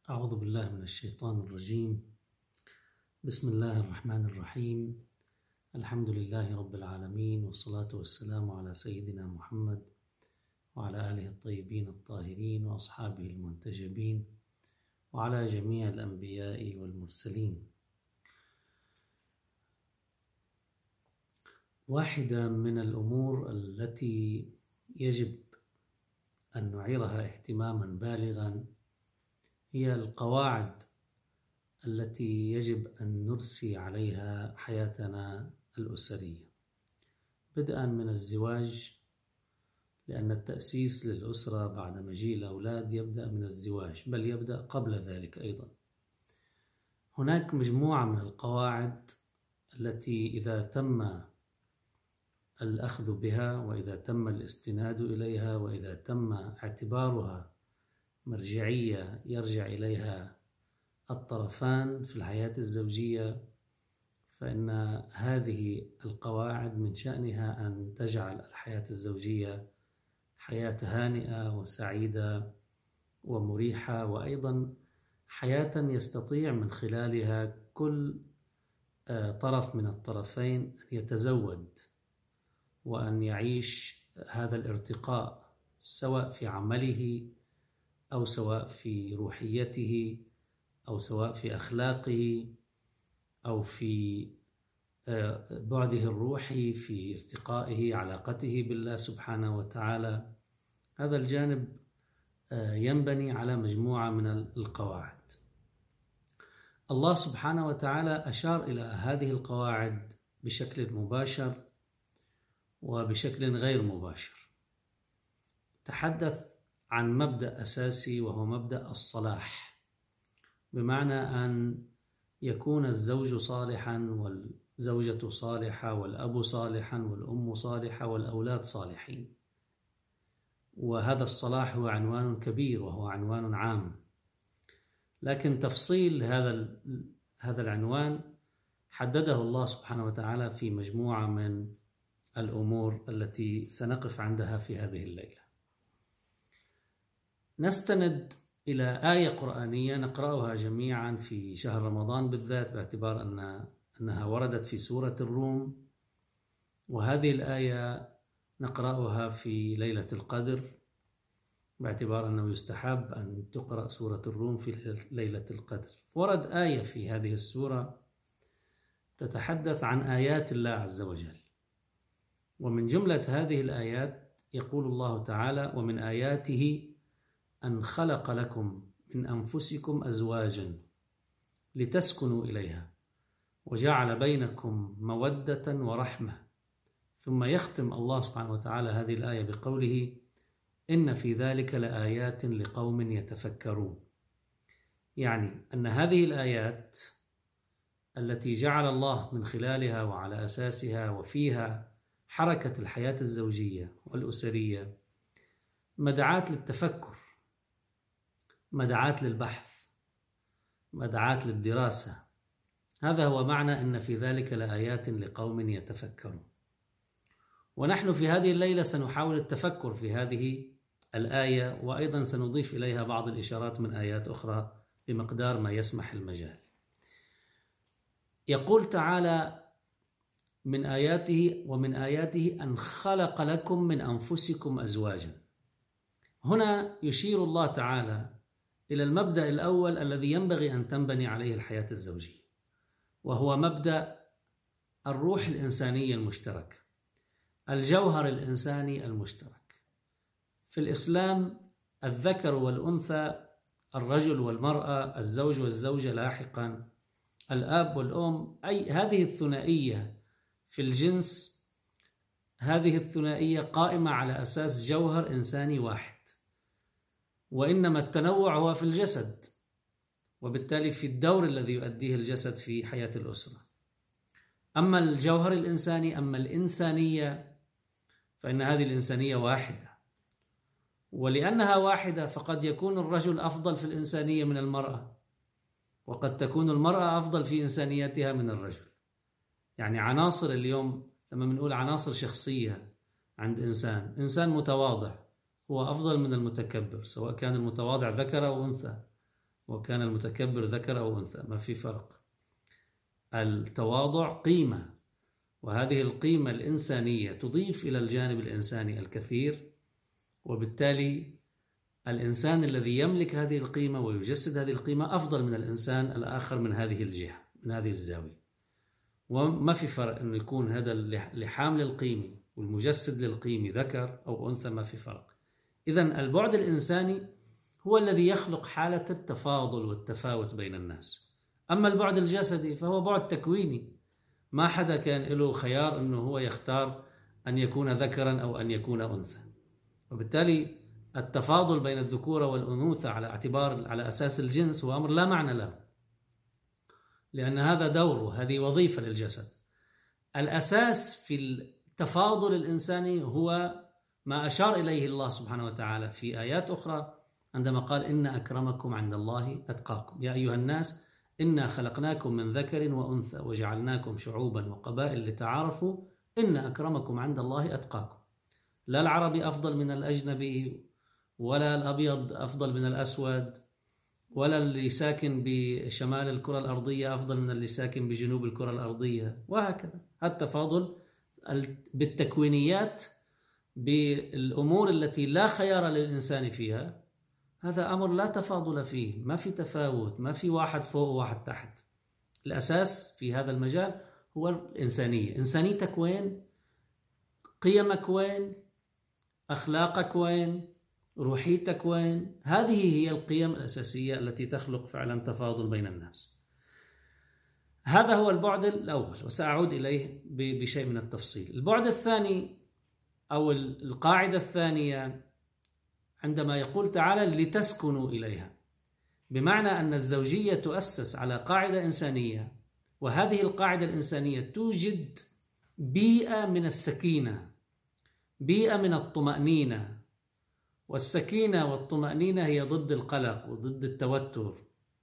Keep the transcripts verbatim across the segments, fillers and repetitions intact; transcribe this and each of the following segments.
أعوذ بالله من الشيطان الرجيم. بسم الله الرحمن الرحيم. الحمد لله رب العالمين، والصلاة والسلام على سيدنا محمد وعلى آله الطيبين الطاهرين وأصحابه المنتجبين وعلى جميع الأنبياء والمرسلين. واحدة من الأمور التي يجب أن نعيرها اهتماما بالغا هي القواعد التي يجب أن نرسي عليها حياتنا الأسرية، بدءا من الزواج، لأن التأسيس للأسرة بعد مجيء الأولاد يبدأ من الزواج، بل يبدأ قبل ذلك أيضا. هناك مجموعة من القواعد التي إذا تم الأخذ بها، وإذا تم الاستناد إليها، وإذا تم اعتبارها مرجعية يرجع إليها الطرفان في الحياة الزوجية، فإن هذه القواعد من شأنها أن تجعل الحياة الزوجية حياة هانئة وسعيدة ومريحة، وأيضا حياة يستطيع من خلالها كل طرف من الطرفين أن يتزود وأن يعيش هذا الارتقاء، سواء في عمله أو سواء في روحيته أو سواء في أخلاقه أو في بعده الروحي، في ارتقائه، علاقته بالله سبحانه وتعالى. هذا الجانب ينبني على مجموعة من القواعد. الله سبحانه وتعالى أشار إلى هذه القواعد بشكل مباشر وبشكل غير مباشر. تحدث عن مبدأ أساسي وهو مبدأ الصلاح، بمعنى أن يكون الزوج صالحا والزوجة صالحة والأب صالحا والأم صالحة والأولاد صالحين. وهذا الصلاح هو عنوان كبير وهو عنوان عام، لكن تفصيل هذا هذا العنوان حدده الله سبحانه وتعالى في مجموعة من الأمور التي سنقف عندها في هذه الليلة. نستند إلى آية قرآنية نقرأها جميعا في شهر رمضان بالذات، باعتبار أن أنها وردت في سورة الروم، وهذه الآية نقرأها في ليلة القدر، باعتبار أنه يستحب أن تقرأ سورة الروم في ليلة القدر. ورد آية في هذه السورة تتحدث عن آيات الله عز وجل، ومن جملة هذه الآيات يقول الله تعالى: ومن آياته أن خلق لكم من أنفسكم أزواجا لتسكنوا إليها وجعل بينكم مودة ورحمة. ثم يختم الله سبحانه وتعالى هذه الآية بقوله: إن في ذلك لآيات لقوم يتفكرون. يعني أن هذه الآيات التي جعل الله من خلالها وعلى أساسها وفيها حركة الحياة الزوجية والأسرية مدعاة للتفكر، مدعاة للبحث، مدعاة للدراسة. هذا هو معنى إن في ذلك لآيات لقوم يتفكرون. ونحن في هذه الليلة سنحاول التفكر في هذه الآية، وأيضا سنضيف إليها بعض الإشارات من آيات أخرى بمقدار ما يسمح المجال. يقول تعالى: من آياته ومن آياته أن خلق لكم من أنفسكم أزواجا. هنا يشير الله تعالى إلى المبدأ الأول الذي ينبغي أن تنبني عليه الحياة الزوجية، وهو مبدأ الروح الإنسانية المشتركة، الجوهر الإنساني المشترك. في الإسلام الذكر والأنثى، الرجل والمرأة، الزوج والزوجة لاحقا، الأب والأم، أي هذه الثنائية في الجنس، هذه الثنائية قائمة على أساس جوهر إنساني واحد، وإنما التنوع هو في الجسد، وبالتالي في الدور الذي يؤديه الجسد في حياة الأسرة. أما الجوهر الإنساني، أما الإنسانية، فإن هذه الإنسانية واحدة، ولأنها واحدة فقد يكون الرجل أفضل في الإنسانية من المرأة، وقد تكون المرأة أفضل في إنسانيتها من الرجل. يعني عناصر اليوم لما بنقول عناصر شخصية عند إنسان، إنسان متواضع هو أفضل من المتكبر، سواء كان المتواضع ذكر أو أنثى. وكان المتكبر ذكر أو أنثى، ما في فرق. التواضع قيمة، وهذه القيمة الإنسانية تضيف إلى الجانب الإنساني الكثير، وبالتالي الإنسان الذي يملك هذه القيمة ويجسد هذه القيمة أفضل من الإنسان الآخر من هذه الجهة، من هذه الزاوية. وما في فرق أنه يكون هذا لحامل القيمة والمجسد للقيمة ذكر أو أنثى، ما في فرق. إذن البعد الإنساني هو الذي يخلق حالة التفاضل والتفاوت بين الناس. أما البعد الجسدي فهو بعد تكويني، ما حدا كان له خيار أنه هو يختار أن يكون ذكرا أو أن يكون أنثى، وبالتالي التفاضل بين الذكورة والأنوثة على اعتبار على أساس الجنس هو أمر لا معنى له، لأن هذا دوره، هذه وظيفة للجسد. الأساس في التفاضل الإنساني هو ما أشار إليه الله سبحانه وتعالى في آيات أخرى عندما قال: إن أكرمكم عند الله أتقاكم، يا أيها الناس إنا خلقناكم من ذكر وأنثى وجعلناكم شعوبا وقبائل لتعارفوا إن أكرمكم عند الله أتقاكم. لا العربي أفضل من الأجنبي، ولا الأبيض أفضل من الأسود، ولا اللي ساكن بشمال الكرة الأرضية أفضل من اللي ساكن بجنوب الكرة الأرضية، وهكذا. التفاضل بالتكوينيات، بالأمور التي لا خيار للإنسان فيها، هذا أمر لا تفاضل فيه، ما في تفاوت، ما في واحد فوق وواحد تحت. الأساس في هذا المجال هو الإنسانية. إنسانيتك وين؟ قيمك وين؟ أخلاقك وين؟ روحيتك وين؟ هذه هي القيم الأساسية التي تخلق فعلا تفاضل بين الناس. هذا هو البعد الأول، وسأعود إليه بشيء من التفصيل. البعد الثاني أو القاعدة الثانية عندما يقول تعالى لتسكنوا إليها، بمعنى أن الزوجية تؤسس على قاعدة إنسانية، وهذه القاعدة الإنسانية توجد بيئة من السكينة، بيئة من الطمأنينة، والسكينة والطمأنينة هي ضد القلق وضد التوتر،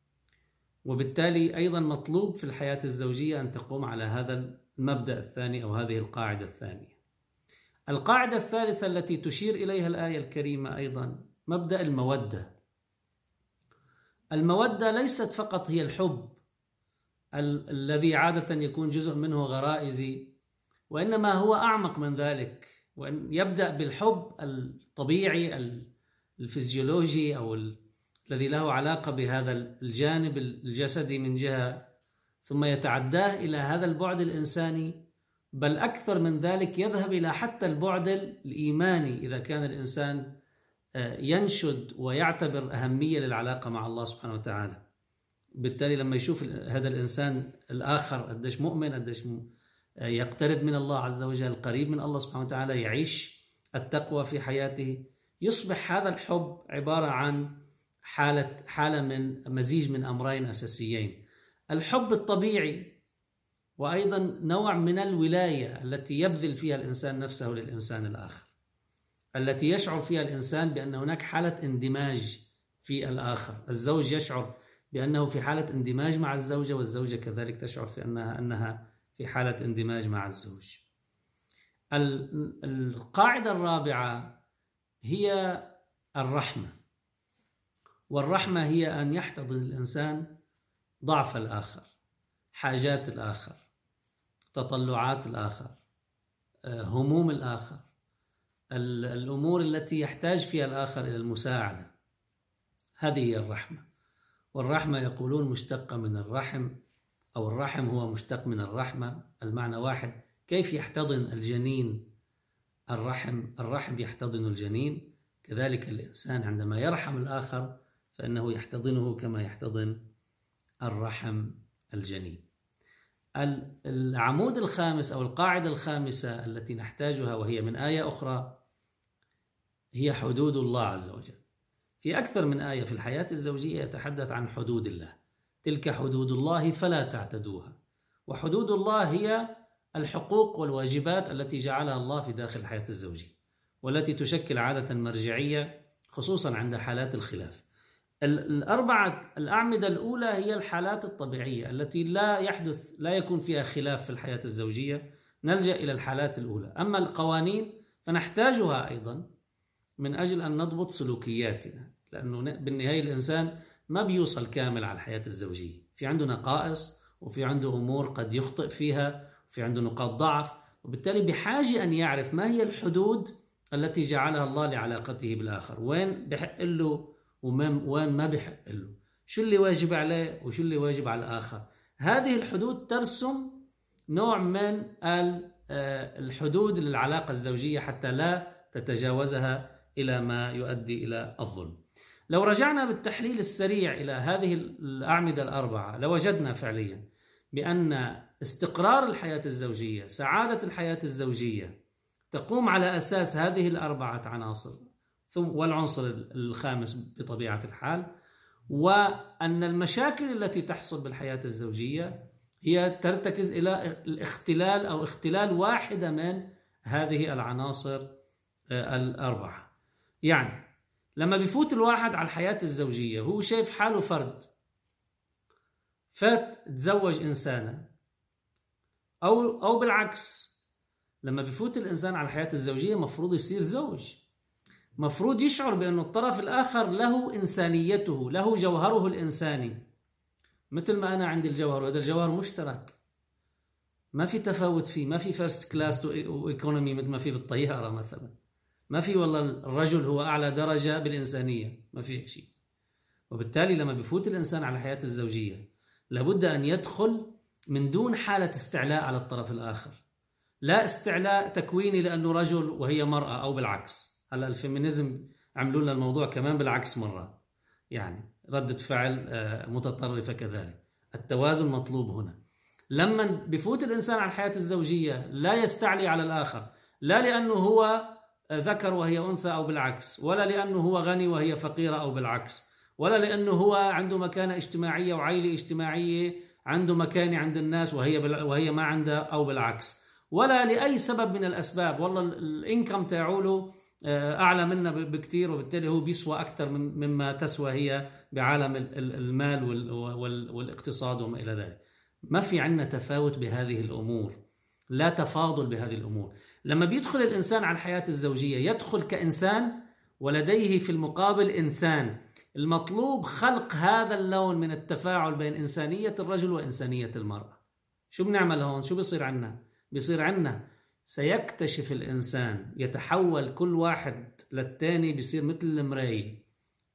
وبالتالي أيضا مطلوب في الحياة الزوجية أن تقوم على هذا المبدأ الثاني أو هذه القاعدة الثانية. القاعدة الثالثة التي تشير إليها الآية الكريمة أيضا مبدأ المودة. المودة ليست فقط هي الحب ال- الذي عادة يكون جزء منه غرائزي، وإنما هو أعمق من ذلك، وأن يبدأ بالحب الطبيعي الفيزيولوجي أو ال- الذي له علاقة بهذا الجانب الجسدي من جهة، ثم يتعداه إلى هذا البعد الإنساني، بل أكثر من ذلك يذهب إلى حتى البعد الإيماني إذا كان الإنسان ينشد ويعتبر أهمية للعلاقة مع الله سبحانه وتعالى. بالتالي لما يشوف هذا الإنسان الآخر قديش مؤمن، قديش يقترب من الله عز وجل، قريب من الله سبحانه وتعالى، يعيش التقوى في حياته، يصبح هذا الحب عبارة عن حالة حالة من مزيج من أمرين أساسيين: الحب الطبيعي، وأيضا نوع من الولاية التي يبذل فيها الإنسان نفسه للإنسان الآخر، التي يشعر فيها الإنسان بأن هناك حالة اندماج في الآخر. الزوج يشعر بأنه في حالة اندماج مع الزوجة، والزوجة كذلك تشعر في أنها أنها في حالة اندماج مع الزوج. القاعدة الرابعة هي الرحمة، والرحمة هي أن يحتضن الإنسان ضعف الآخر، حاجات الآخر، تطلعات الآخر، هموم الآخر، الأمور التي يحتاج فيها الآخر إلى المساعدة. هذه هي الرحمة. والرحمة يقولون مشتقة من الرحم، أو الرحم هو مشتق من الرحمة، المعنى واحد. كيف يحتضن الجنين الرحم؟ الرحم يحتضن الجنين، كذلك الإنسان عندما يرحم الآخر فإنه يحتضنه كما يحتضن الرحم الجنين. العمود الخامس أو القاعدة الخامسة التي نحتاجها، وهي من آية أخرى، هي حدود الله عز وجل. في أكثر من آية في الحياة الزوجية يتحدث عن حدود الله: تلك حدود الله فلا تعتدوها. وحدود الله هي الحقوق والواجبات التي جعلها الله في داخل الحياة الزوجية، والتي تشكل عادة مرجعية خصوصا عند حالات الخلاف. الأربعة الأعمدة الأولى هي الحالات الطبيعية التي لا يحدث لا يكون فيها خلاف في الحياة الزوجية، نلجأ إلى الحالات الأولى. أما القوانين فنحتاجها أيضا من أجل أن نضبط سلوكياتنا، لأنه بالنهاية الإنسان ما بيوصل كامل على الحياة الزوجية، في عنده نقائص وفي عنده أمور قد يخطئ فيها وفي عنده نقاط ضعف، وبالتالي بحاجة أن يعرف ما هي الحدود التي جعلها الله لعلاقته بالآخر، وين بحق له وين ما بحق له، شو اللي واجب عليه وشو اللي واجب على الآخر. هذه الحدود ترسم نوع من الحدود للعلاقة الزوجية حتى لا تتجاوزها إلى ما يؤدي إلى الظلم. لو رجعنا بالتحليل السريع إلى هذه الأعمدة الأربعة لوجدنا فعليا بأن استقرار الحياة الزوجية، سعادة الحياة الزوجية، تقوم على أساس هذه الأربعة عناصر، ثم والعنصر الخامس بطبيعة الحال، وأن المشاكل التي تحصل بالحياة الزوجية هي ترتكز إلى الاختلال أو اختلال واحدة من هذه العناصر الأربعة. يعني لما بيفوت الواحد على الحياة الزوجية هو شايف حاله فرد، فات تزوج إنسانة، أو أو بالعكس لما بيفوت الإنسان على الحياة الزوجية مفروض يصير زوج، مفروض يشعر بأن الطرف الآخر له إنسانيته، له جوهره الإنساني، مثل ما أنا عندي الجوهر، وهذا الجوهر مشترك ما في تفاوت فيه، ما في فيرست كلاس وإيكونومي مثل ما في بالطيارة مثلا، ما في والله الرجل هو أعلى درجة بالإنسانية، ما في شيء. وبالتالي لما بيفوت الإنسان على الحياة الزوجية لابد أن يدخل من دون حالة استعلاء على الطرف الآخر، لا استعلاء تكويني لأنه رجل وهي مرأة أو بالعكس. هلا الفيمينيزم عملوا لنا الموضوع كمان بالعكس مرة، يعني ردة فعل متطرفة كذلك. التوازن مطلوب هنا. لما بيفوت الإنسان على الحياة الزوجية لا يستعلي على الآخر، لا لأنه هو ذكر وهي أنثى أو بالعكس، ولا لأنه هو غني وهي فقيرة أو بالعكس، ولا لأنه هو عنده مكانة اجتماعية وعائلة اجتماعية عنده مكانة عند الناس وهي وهي ما عندها أو بالعكس، ولا لأي سبب من الأسباب. والله الإنكم تاعوله أعلى منا بكتير وبالتالي هو بيسوى أكثر مما تسوى هي بعالم المال والاقتصاد وما إلى ذلك. ما في عنا تفاوت بهذه الأمور، لا تفاضل بهذه الأمور. لما بيدخل الإنسان على الحياة الزوجية يدخل كإنسان ولديه في المقابل إنسان. المطلوب خلق هذا اللون من التفاعل بين إنسانية الرجل وإنسانية المرأة. شو بنعمل هون؟ شو بيصير عنا؟ بيصير عنا سيكتشف الإنسان، يتحول كل واحد للتاني، بيصير مثل المراية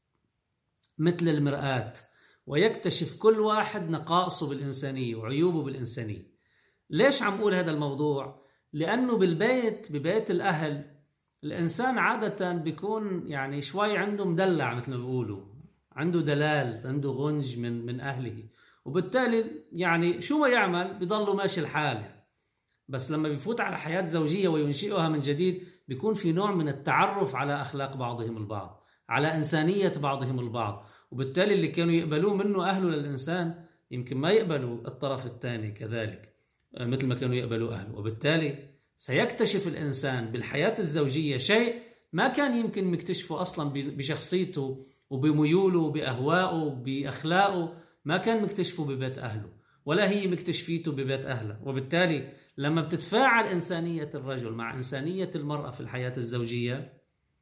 مثل المرآة، ويكتشف كل واحد نقائصه بالإنسانية وعيوبه بالإنسانية. ليش عم أقول هذا الموضوع؟ لأنه بالبيت ببيت الأهل الإنسان عادة بيكون يعني شوي عنده مدلع، مثل ما بيقولوا عنده دلال، عنده غنج من من أهله، وبالتالي يعني شو ما يعمل بيضله ماشي الحال. بس لما بيفوت على حياة زوجية وينشئها من جديد بيكون في نوع من التعرف على أخلاق بعضهم البعض، على إنسانية بعضهم البعض، وبالتالي اللي كانوا يقبلوه منه أهله للإنسان يمكن ما يقبلوا الطرف الثاني كذلك مثل ما كانوا يقبلوا أهله. وبالتالي سيكتشف الإنسان بالحياة الزوجية شيء ما كان يمكن مكتشفه أصلا بشخصيته وبميوله وبأهوائه بأخلاقه، ما كان مكتشفه ببيت أهله ولا هي مكتشفيته ببيت أهله. وبالتالي لما بتتفاعل إنسانية الرجل مع إنسانية المرأة في الحياة الزوجية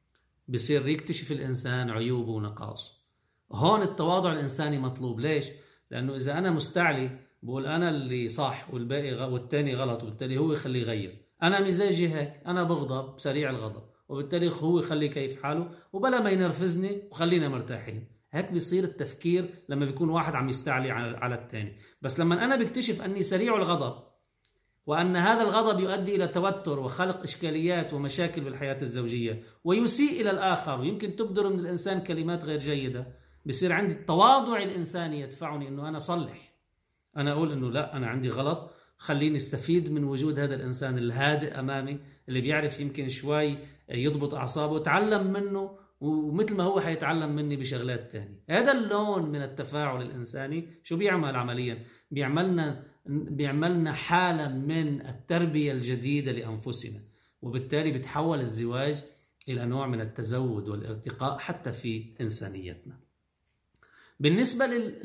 بصير يكتشف الإنسان عيوبه ونقاصه. هون التواضع الإنساني مطلوب. ليش؟ لأنه إذا أنا مستعلي بقول أنا اللي صح والباقي غ... والتاني غلط، وبالتالي هو يخليه يغير، أنا مزاجي هيك، أنا بغضب سريع الغضب، وبالتالي هو يخليه كيف حاله وبلا ما ينرفزني وخلينا مرتاحين. هيك بيصير التفكير لما بيكون واحد عم يستعلي على على الثاني. بس لما أنا بكتشف أني سريع الغضب وأن هذا الغضب يؤدي إلى توتر وخلق إشكاليات ومشاكل بالحياة الزوجية ويسيء إلى الآخر ويمكن تبدر من الإنسان كلمات غير جيدة، بيصير عندي التواضع الإنساني يدفعني أنه أنا صلح، أنا أقول أنه لا أنا عندي غلط، خليني استفيد من وجود هذا الإنسان الهادئ أمامي اللي بيعرف يمكن شوي يضبط أعصابه، وتعلم منه ومثل ما هو حيتعلم مني بشغلات تانية. هذا اللون من التفاعل الإنساني شو بيعمل عمليا؟ بيعملنا بيعملنا حالة من التربية الجديدة لأنفسنا، وبالتالي بتحول الزواج إلى نوع من التزود والارتقاء حتى في إنسانيتنا. بالنسبة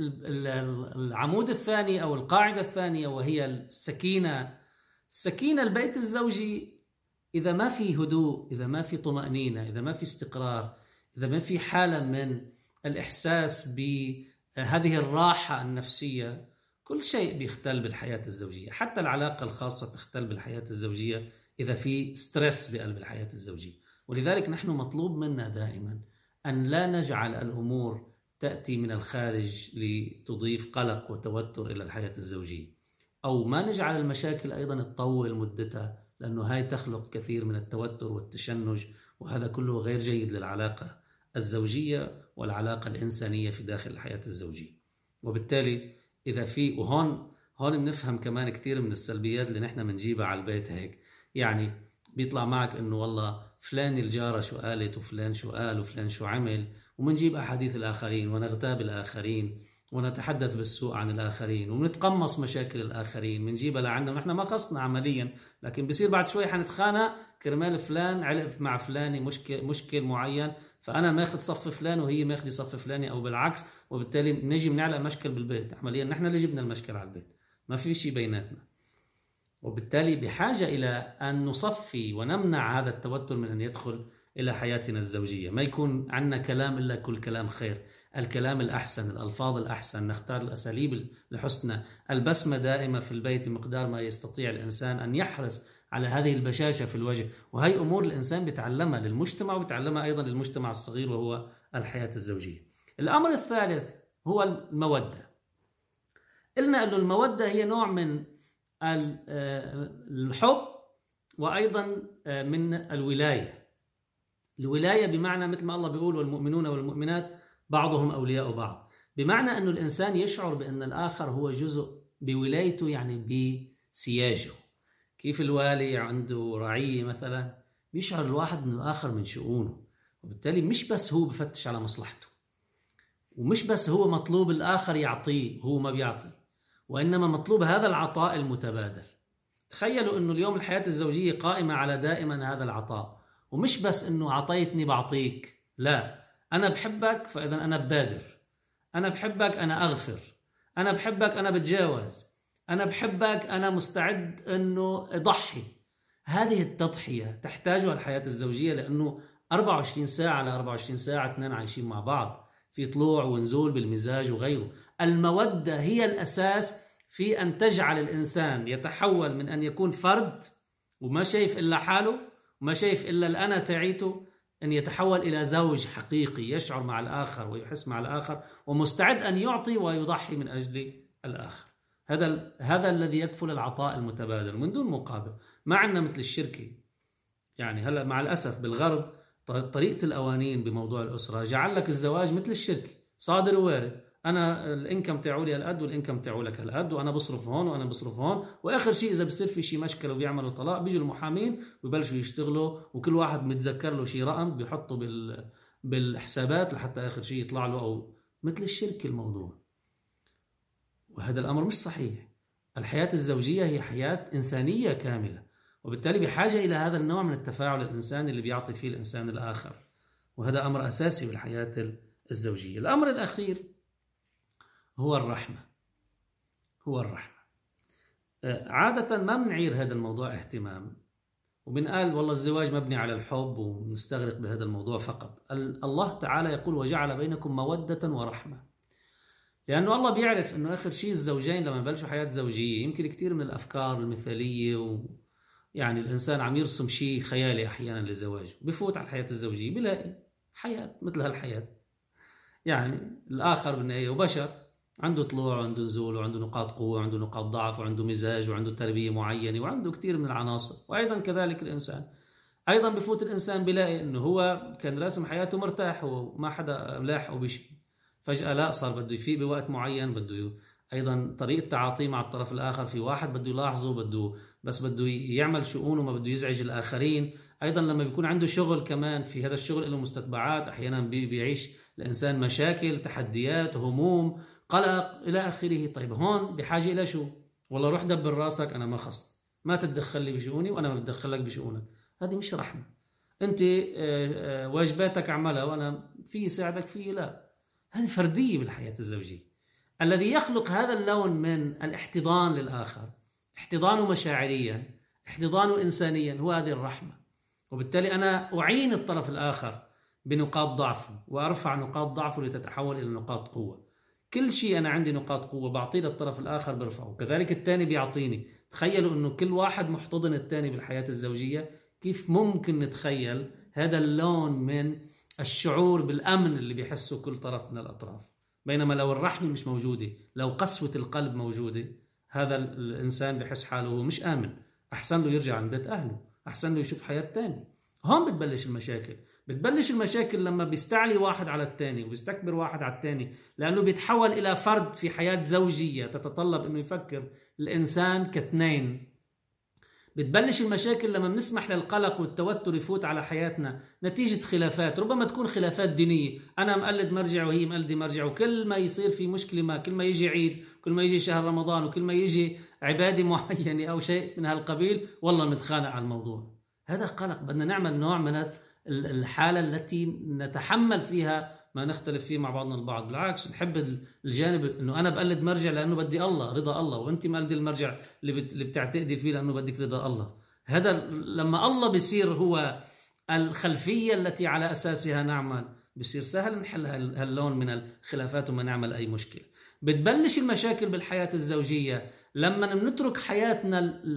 للعمود الثاني أو القاعدة الثانية وهي السكينة، السكينة البيت الزوجي إذا ما في هدوء، إذا ما في طمأنينة، إذا ما في استقرار، إذا ما في حالة من الإحساس هذه الراحة النفسية، كل شيء بيختل بالحياة الزوجية، حتى العلاقة الخاصة تختل بالحياة الزوجية إذا في ستريس بقلب الحياة الزوجية. ولذلك نحن مطلوب منا دائما أن لا نجعل الأمور تأتي من الخارج لتضيف قلق وتوتر إلى الحياة الزوجية، أو ما نجعل المشاكل أيضا تطول مدتها، لأنه هاي تخلق كثير من التوتر والتشنج، وهذا كله غير جيد للعلاقة الزوجية والعلاقة الإنسانية في داخل الحياة الزوجية. وبالتالي إذا في، وهون هون بنفهم كمان كثير من السلبيات اللي نحن بنجيبها على البيت هيك، يعني بيطلع معك إنه والله فلان الجارة شو قالت وفلان شو قال وفلان شو عمل، ومنجيب أحاديث الآخرين ونغتاب الآخرين ونتحدث بالسوء عن الآخرين ونتقمص مشاكل الآخرين منجيبها لعنا، ونحن ما خصنا عمليا، لكن بصير بعد شوي حنتخانق كرمال فلان علق مع فلاني مشكل مشكل معين، فأنا ماخذ صف فلان وهي ماخذة صف فلاني أو بالعكس، وبالتالي نجي بنعلق مشكل بالبيت. عمليا نحن اللي جبنا المشكل على البيت، ما في شيء بيناتنا. وبالتالي بحاجة إلى أن نصفي ونمنع هذا التوتر من أن يدخل إلى حياتنا الزوجية. ما يكون عندنا كلام إلا كل كلام خير، الكلام الأحسن، الألفاظ الأحسن، نختار الأساليب الحسنى، البسمة دائمة في البيت بمقدار ما يستطيع الإنسان أن يحرص على هذه البشاشة في الوجه. وهي أمور الإنسان بيتعلمها للمجتمع وبيتعلمها أيضا للمجتمع الصغير، وهو الحياة الزوجية. الأمر الثالث هو المودة. قلنا أن المودة هي نوع من الحب وأيضا من الولاية. الولاية بمعنى مثل ما الله بيقول والمؤمنون والمؤمنات بعضهم أولياء بعض، بمعنى أن الإنسان يشعر بأن الآخر هو جزء بولايته، يعني بسياجه. كيف الوالي عنده رعية مثلا، بيشعر الواحد أن الآخر من شؤونه، وبالتالي مش بس هو بفتش على مصلحته، ومش بس هو مطلوب الآخر يعطيه هو ما بيعطي، وإنما مطلوب هذا العطاء المتبادل. تخيلوا أنه اليوم الحياة الزوجية قائمة على دائما هذا العطاء، ومش بس أنه عطيتني بعطيك، لا، أنا بحبك فإذا أنا ببادر، أنا بحبك أنا أغفر، أنا بحبك أنا بتجاوز، أنا بحبك أنا مستعد أنه أضحي. هذه التضحية تحتاجها الحياة الزوجية، لأنه أربعة وعشرين ساعة على أربعة وعشرين ساعة اثنين عايشين مع بعض، في طلوع ونزول بالمزاج وغيره. المودة هي الأساس في أن تجعل الإنسان يتحول من أن يكون فرد وما شايف إلا حاله وما شايف إلا الأنا تعيته، أن يتحول إلى زوج حقيقي يشعر مع الآخر ويحس مع الآخر ومستعد أن يعطي ويضحي من أجل الآخر. هذا هذا الذي يكفل العطاء المتبادل من دون مقابل. ما عندنا مثل الشركة، يعني هلا مع الأسف بالغرب طريقة الأوانين بموضوع الأسرة جعل لك الزواج مثل الشركة، صادر ووارد. أنا الإنكم تاعولي هالقد والإنكم تاعولك هالقد، وأنا بصرف هون وأنا بصرف هون، وآخر شيء إذا بصير في شيء مشكلة وبيعملوا طلاق بيجوا المحامين ويبلشوا يشتغلوا، وكل واحد متذكر له شيء رقم بيحطه بال بالحسابات لحتى آخر شيء يطلع له، أو مثل الشركة الموضوع. وهذا الأمر مش صحيح. الحياة الزوجية هي حياة إنسانية كاملة، وبالتالي بحاجة إلى هذا النوع من التفاعل الإنساني اللي بيعطي فيه الإنسان الآخر، وهذا أمر أساسي بالحياة الزوجية. الأمر الأخير هو الرحمة. هو الرحمة. عادة ما بنعير هذا الموضوع اهتمام، وبنقال والله الزواج مبني على الحب ونستغرق بهذا الموضوع فقط. الله تعالى يقول وجعل بينكم مودة ورحمة، لأنه الله بيعرف أنه آخر شيء الزوجين لما يبلشوا حياة زوجية يمكن كتير من الأفكار المثالية و يعني الإنسان عم يرسم شيء خيالي أحيانا لزواجه، بفوت على الحياة الزوجية بلاقي حياة مثل هالحياة، يعني الآخر بالنهاية وبشر عنده طلوع وعنده نزول وعنده نقاط قوة وعنده نقاط ضعف وعنده مزاج وعنده تربية معينة وعنده كتير من العناصر. وأيضا كذلك الإنسان أيضا بفوت الإنسان بلاقي أنه هو كان راسم حياته مرتاح وما حدا لاحقه بشيء، فجأة لا، صار بده يفيق بوقت معين، بده أيضا طريقة تعاطيه مع الطرف الآخر، في واحد بده يلاحظه، بده بس بده يعمل شؤونه وما بده يزعج الآخرين. أيضا لما بيكون عنده شغل كمان، في هذا الشغل له مستتبعات، أحيانا بيعيش الإنسان مشاكل، تحديات، هموم، قلق إلى آخره. طيب هون بحاجة إلى شو؟ والله روح دبر راسك، أنا ما خص، ما تتدخل لي بشؤوني وأنا ما بتدخلك بشؤونك. هذه مش رحمة. أنت واجباتك أعملها وأنا في ساعدك فيه، لا، هذه فردية بالحياة الزوجية. الذي يخلق هذا اللون من الاحتضان للآخر، احتضانه مشاعريا، احتضانه إنسانيا، هو هذه الرحمة. وبالتالي أنا أعين الطرف الآخر بنقاط ضعفه وأرفع نقاط ضعفه لتتحول إلى نقاط قوة. كل شيء أنا عندي نقاط قوة بعطيه للطرف الآخر برفعه، كذلك الثاني بيعطيني. تخيلوا أنه كل واحد محتضن الثاني بالحياة الزوجية. كيف ممكن نتخيل هذا اللون من الشعور بالأمن اللي بيحسه كل طرف من الأطراف؟ بينما لو الرحمة مش موجودة، لو قسوة القلب موجودة، هذا الإنسان بيحس حاله مش آمن. أحسن له يرجع عن بيت أهله، أحسن له يشوف حياة تاني. هون بتبلش المشاكل. بتبلش المشاكل لما بيستعلي واحد على التاني وبيستكبر واحد على التاني، لأنه بيتحول إلى فرد في حياة زوجية تتطلب أنه يفكر الإنسان كاثنين. بتبلش المشاكل لما بنسمح للقلق والتوتر يفوت على حياتنا نتيجة خلافات، ربما تكون خلافات دينية، أنا مقلد مرجع وهي مقلدة مرجع، وكل ما يصير في مشكلة ما، كل ما يجي عيد، كل ما يجي شهر رمضان، وكل ما يجي عبادة معينة أو شيء من هالقبيل، والله نتخانق على الموضوع. هذا قلق. بدنا نعمل نوع من الحالة التي نتحمل فيها ما نختلف فيه مع بعضنا البعض. بالعكس نحب الجانب انه انا بقلد مرجع لانه بدي الله رضا الله، وانت مقلدي المرجع اللي اللي بتعتقدي فيه لانه بدك رضا الله. هذا لما الله بيصير هو الخلفية التي على اساسها نعمل، بيصير سهل نحل هاللون من الخلافات وما نعمل اي مشكلة. بتبلش المشاكل بالحياة الزوجية لما نترك حياتنا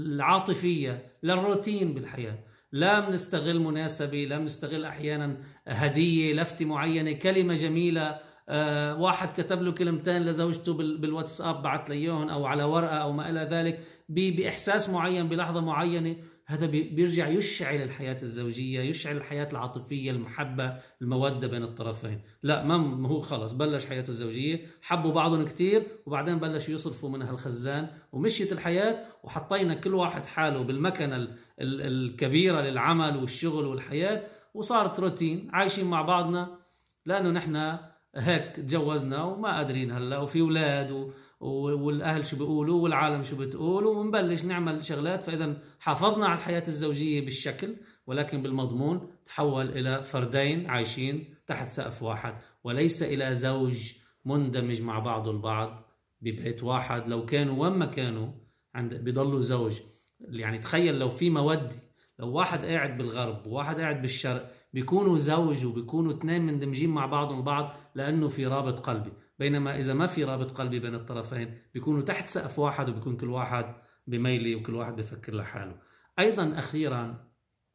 العاطفية للروتين بالحياة، لا بنستغل مناسبة، لا بنستغل أحيانا هدية، لفتة معينة، كلمة جميلة، آه واحد كتب له كلمتين لزوجته بالواتساب بعت ليهن أو على ورقة أو ما إلى ذلك بإحساس معين بلحظة معينة. هذا بيرجع يشعل الحياة الزوجية، يشعل الحياة العاطفية، المحبة، المودة بين الطرفين. لا، ما هو خلص بلش حياته الزوجية، حبوا بعضهم كتير وبعدين بلشوا يصرفوا منها الخزان ومشيت الحياة، وحطينا كل واحد حاله بالمكنة الكبيرة للعمل والشغل والحياة، وصارت روتين عايشين مع بعضنا لأنه نحن هيك تجوزنا وما قادرين هلا، وفي أولاد و والأهل شو بيقولوا والعالم شو بتقول، ونبلش نعمل شغلات. فإذا حافظنا على الحياة الزوجية بالشكل، ولكن بالمضمون تحول إلى فردين عايشين تحت سقف واحد، وليس إلى زوج مندمج مع بعض البعض ببيت واحد. لو كانوا وما كانوا عند بيضلوا زوج. يعني تخيل لو في مودة، لو واحد قاعد بالغرب وواحد قاعد بالشرق، بيكونوا زوج وبيكونوا اثنين مندمجين مع بعضهم البعض لأنه في رابط قلبي. بينما إذا ما في رابط قلبي بين الطرفين بيكونوا تحت سقف واحد، وبيكون كل واحد بميلي وكل واحد بيفكر لحاله. أيضا أخيرا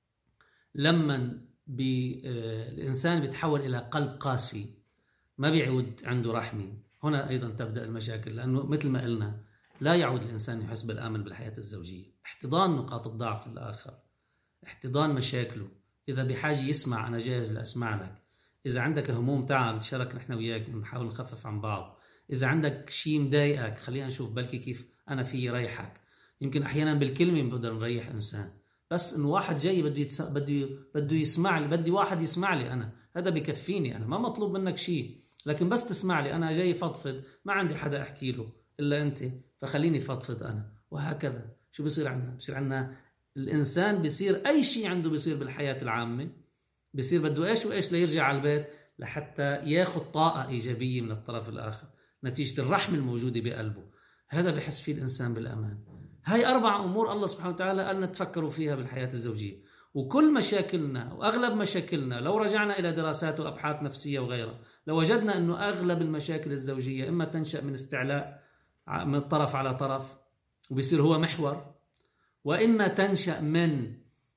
لما بي الإنسان بيتحول إلى قلب قاسي ما بيعود عنده رحمة، هنا أيضا تبدأ المشاكل. لأنه مثل ما قلنا لا يعود الإنسان يحس بالأمن بالحياة الزوجية. احتضان نقاط الضعف للآخر، احتضان مشاكله. إذا بحاجة يسمع أنا جاهز لأسمع لك. إذا عندك هموم تعب نتشارك نحن وياك ونحاول نخفف عن بعض. إذا عندك شيء مضايقك خلينا نشوف بلكي كيف أنا في ريحك. يمكن أحيانا بالكلمة بقدر نريح إنسان، بس إنه واحد جاي بده يتس... بده بده يسمع لي، بدي واحد يسمع لي أنا، هذا بكفيني. أنا ما مطلوب منك شيء، لكن بس تسمع لي. أنا جاي فضفض، ما عندي حدا أحكي له إلا أنت، فخليني فضفض أنا. وهكذا شو بيصير عنا؟ بيصير عنا الإنسان بيصير أي شيء عنده بيصير بالحياة العامة بيصير بده إيش وإيش ليرجع على البيت لحتى ياخذ طاقة إيجابية من الطرف الآخر نتيجة الرحمة الموجودة بقلبه. هذا بحس فيه الإنسان بالأمان. هاي أربع أمور الله سبحانه وتعالى قالنا تفكروا فيها بالحياة الزوجية. وكل مشاكلنا وأغلب مشاكلنا لو رجعنا إلى دراسات وأبحاث نفسية وغيرها لوجدنا أنه أغلب المشاكل الزوجية إما تنشأ من استعلاء من طرف على طرف وبيصير هو محور، وإما تنشأ من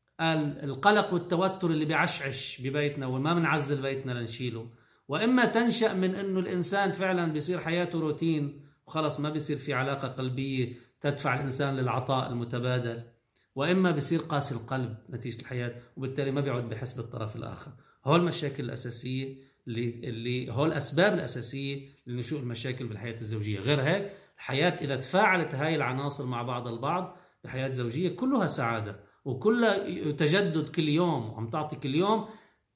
القلق والتوتر اللي بيعشعش ببيتنا وما منعزل بيتنا لنشيله، وإما تنشأ من أنه الإنسان فعلا بيصير حياته روتين وخلص ما بيصير في علاقة قلبية تدفع الإنسان للعطاء المتبادل، وإما بيصير قاسي القلب نتيجة الحياة وبالتالي ما بيعود بحس بالطرف الآخر. هول المشاكل الأساسية اللي اللي هول الأسباب الأساسية لنشوء المشاكل بالحياة الزوجية. غير هيك الحياة إذا تفاعلت هاي العناصر مع بعض البعض بحياة زوجية كلها سعادة وكلها تجدد كل يوم، وعم تعطي كل يوم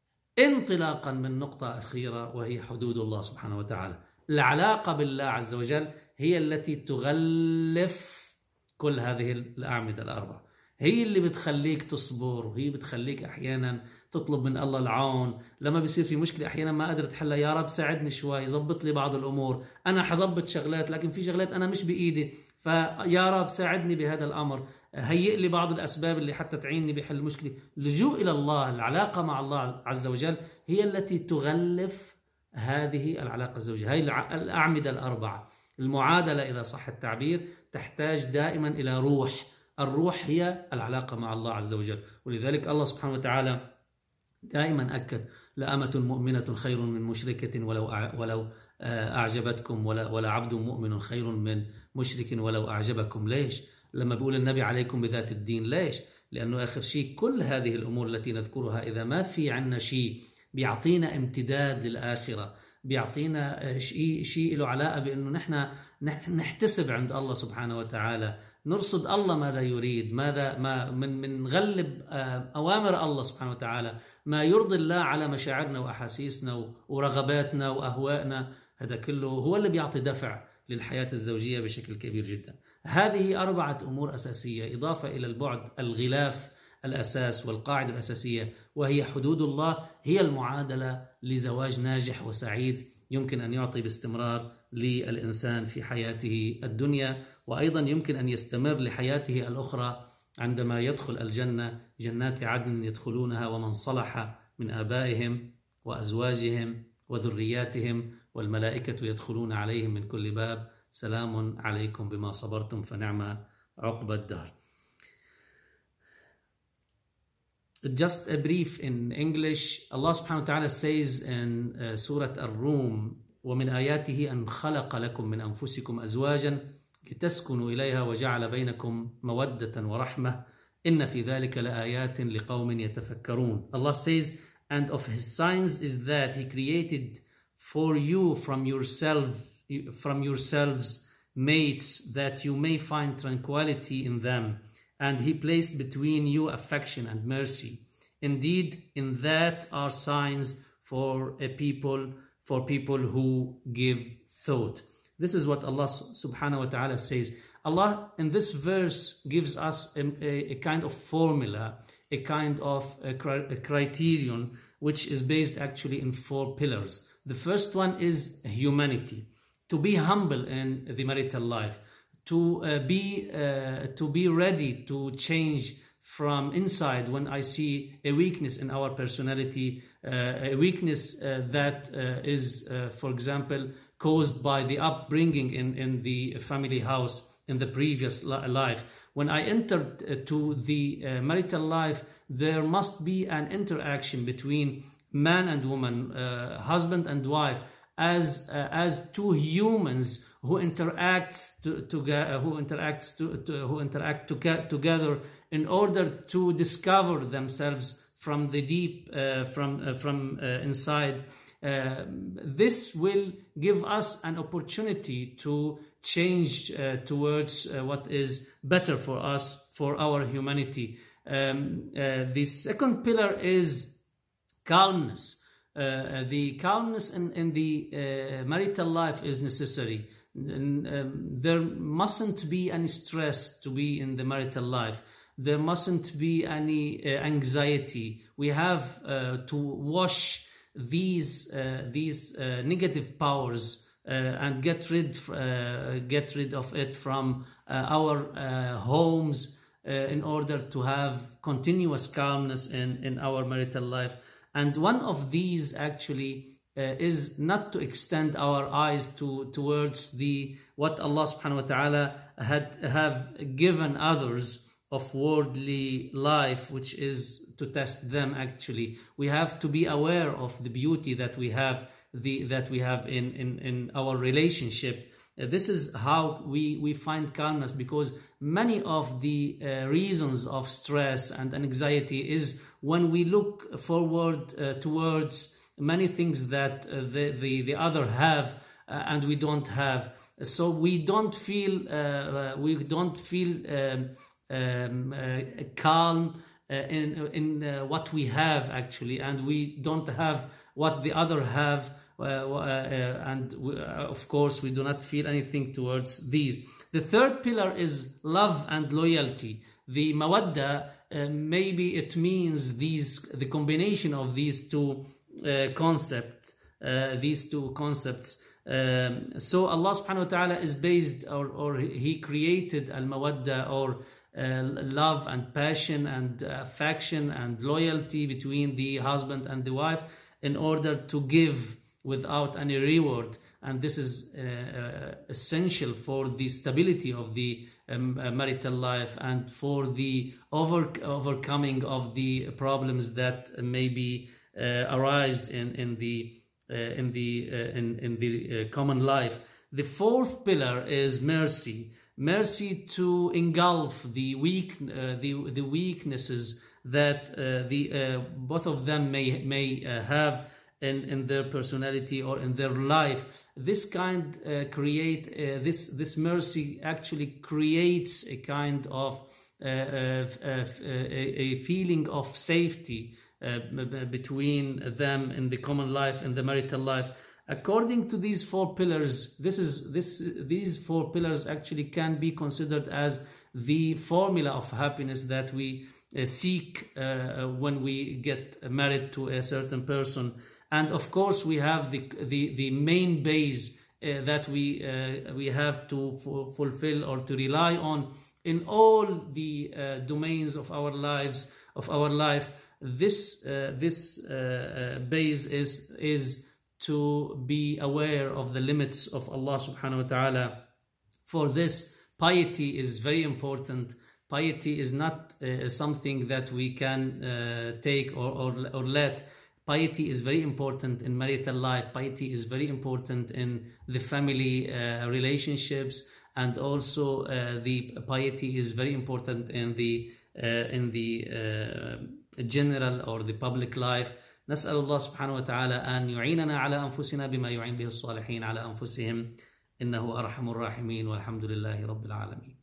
انطلاقا من نقطة أخيرة وهي حدود الله سبحانه وتعالى. العلاقة بالله عز وجل هي التي تغلف كل هذه الأعمدة الأربعة، هي اللي بتخليك تصبر، وهي بتخليك أحيانا تطلب من الله العون لما بيصير في مشكلة أحيانا ما قدرت تحلها. يا رب ساعدني شوي، زبط لي بعض الأمور، أنا حزبط شغلات لكن في شغلات أنا مش بإيدي، فيا رب ساعدني بهذا الأمر، هيئ لي بعض الأسباب اللي حتى تعيني بحل المشكلة. اللجوء إلى الله، العلاقة مع الله عز وجل هي التي تغلف هذه العلاقة الزوجية، هذه الأعمدة الأربعة. المعادلة إذا صح التعبير تحتاج دائما إلى روح. الروح هي العلاقة مع الله عز وجل، ولذلك الله سبحانه وتعالى دائما أكد: لأمة مؤمنة خير من مشركة ولو ولو أعجبتكم، ولا ولا عبد مؤمن خير من مشرك ولو أعجبكم. ليش؟ لما بيقول النبي عليكم بذات الدين، ليش؟ لأنه آخر شيء كل هذه الأمور التي نذكرها إذا ما في عنا شيء بيعطينا امتداد للآخرة، بيعطينا شيء شيء له علاقة بأنه نحن نحتسب عند الله سبحانه وتعالى، نرصد الله ماذا يريد، ماذا ما من من نغلب أوامر الله سبحانه وتعالى، ما يرضي الله على مشاعرنا وأحاسيسنا ورغباتنا وأهوائنا. هذا كله هو اللي بيعطي دفع للحياة الزوجية بشكل كبير جدا. هذه أربعة أمور أساسية، إضافة إلى البعد الغلاف الأساس والقاعدة الأساسية، وهي حدود الله، هي المعادلة لزواج ناجح وسعيد يمكن أن يعطي باستمرار للإنسان في حياته الدنيا، وأيضا يمكن أن يستمر لحياته الأخرى عندما يدخل الجنة، جنات عدن يدخلونها ومن صلح من آبائهم وأزواجهم وذرياتهم، والملائكة يدخلون عليهم من كل باب، سلام عليكم بما صبرتم فنعم عقبى الدار. Just a brief in English. Allah subhanahu wa ta'ala says in uh, Surah Ar-Rum: ومن آياته أن خلق لكم من أنفسكم أزواجا لتسكنوا إليها وجعل بينكم مودة ورحمة إن في ذلك لآيات لقوم يتفكرون. Allah says, and of his signs is that he created for you from yourself from yourselves mates, that you may find tranquility in them, and he placed between you affection and mercy. Indeed, in that are signs for a people for people who give thought. This is what Allah subhanahu wa ta'ala says. Allah in this verse gives us a, a, a kind of formula, a kind of a, a criterion, which is based actually in four pillars. The first one is humanity, to be humble in the marital life, to uh, be uh, to be ready to change from inside when I see a weakness in our personality, uh, a weakness uh, that uh, is, uh, for example, caused by the upbringing in, in the family house in the previous life. When I entered uh, to the uh, marital life, there must be an interaction between man and woman, uh, husband and wife, as uh, as two humans who interacts to, to uh, who interacts to, to who interact to, together in order to discover themselves from the deep uh, from uh, from uh, inside. Uh, this will give us an opportunity to change uh, towards uh, what is better for us, for our humanity. Um, uh, the second pillar is calmness. Uh, the calmness in, in the uh, marital life is necessary. And, um, there mustn't be any stress to be in the marital life. There mustn't be any uh, anxiety. We have uh, to wash these uh, these uh, negative powers uh, and get rid uh, get rid of it from uh, our uh, homes uh, in order to have continuous calmness in, in our marital life. And one of these actually uh, is not to extend our eyes to towards the what Allah subhanahu wa ta'ala had have given others of worldly life, which is to test them. Actually, we have to be aware of the beauty that we have the that we have in in, in our relationship. Uh, this is how we we find calmness, because many of the uh, reasons of stress and anxiety is when we look forward uh, towards many things that uh, the, the the other have uh, and we don't have. So we don't feel uh, uh, we don't feel um, um, uh, calm uh, in in uh, what we have actually, and we don't have what the other have, uh, uh, and we, uh, of course we do not feel anything towards these. The third pillar is love and loyalty. The mawadda, uh, maybe it means these the combination of these two uh, concepts, uh, these two concepts. Um, so Allah subhanahu wa ta'ala is based, or, or He created al-mawadda, or uh, love and passion and uh, affection and loyalty between the husband and the wife, in order to give without any reward, and this is uh, uh, essential for the stability of the um, uh, marital life and for the over overcoming of the problems that maybe uh, arise in in the uh, in the uh, in in the uh, common life. The fourth pillar is mercy. Mercy to engulf the weak uh, the the weaknesses that uh, the uh, both of them may may uh, have in in their personality or in their life. This kind uh, create uh, this this mercy actually creates a kind of uh, uh, uh, a, a feeling of safety uh, between them in the common life and the marital life. According to these four pillars, this is this these four pillars actually can be considered as the formula of happiness that we uh, seek uh, when we get married to a certain person. And of course, we have the the, the main base uh, that we uh, we have to f- fulfill or to rely on in all the uh, domains of our lives of our life. This uh, this uh, uh, base is is to be aware of the limits of Allah subhanahu wa ta'ala. For this, piety is very important. Piety is not uh, something that we can uh, take or, or, or let. Piety is very important in marital life. Piety is very important in the family uh, relationships, and also uh, the piety is very important in the uh, in the uh, general or the public life. نسأل الله سبحانه وتعالى أن يعيننا على أنفسنا بما يعين به الصالحين على أنفسهم إنه أرحم الراحمين والحمد لله رب العالمين.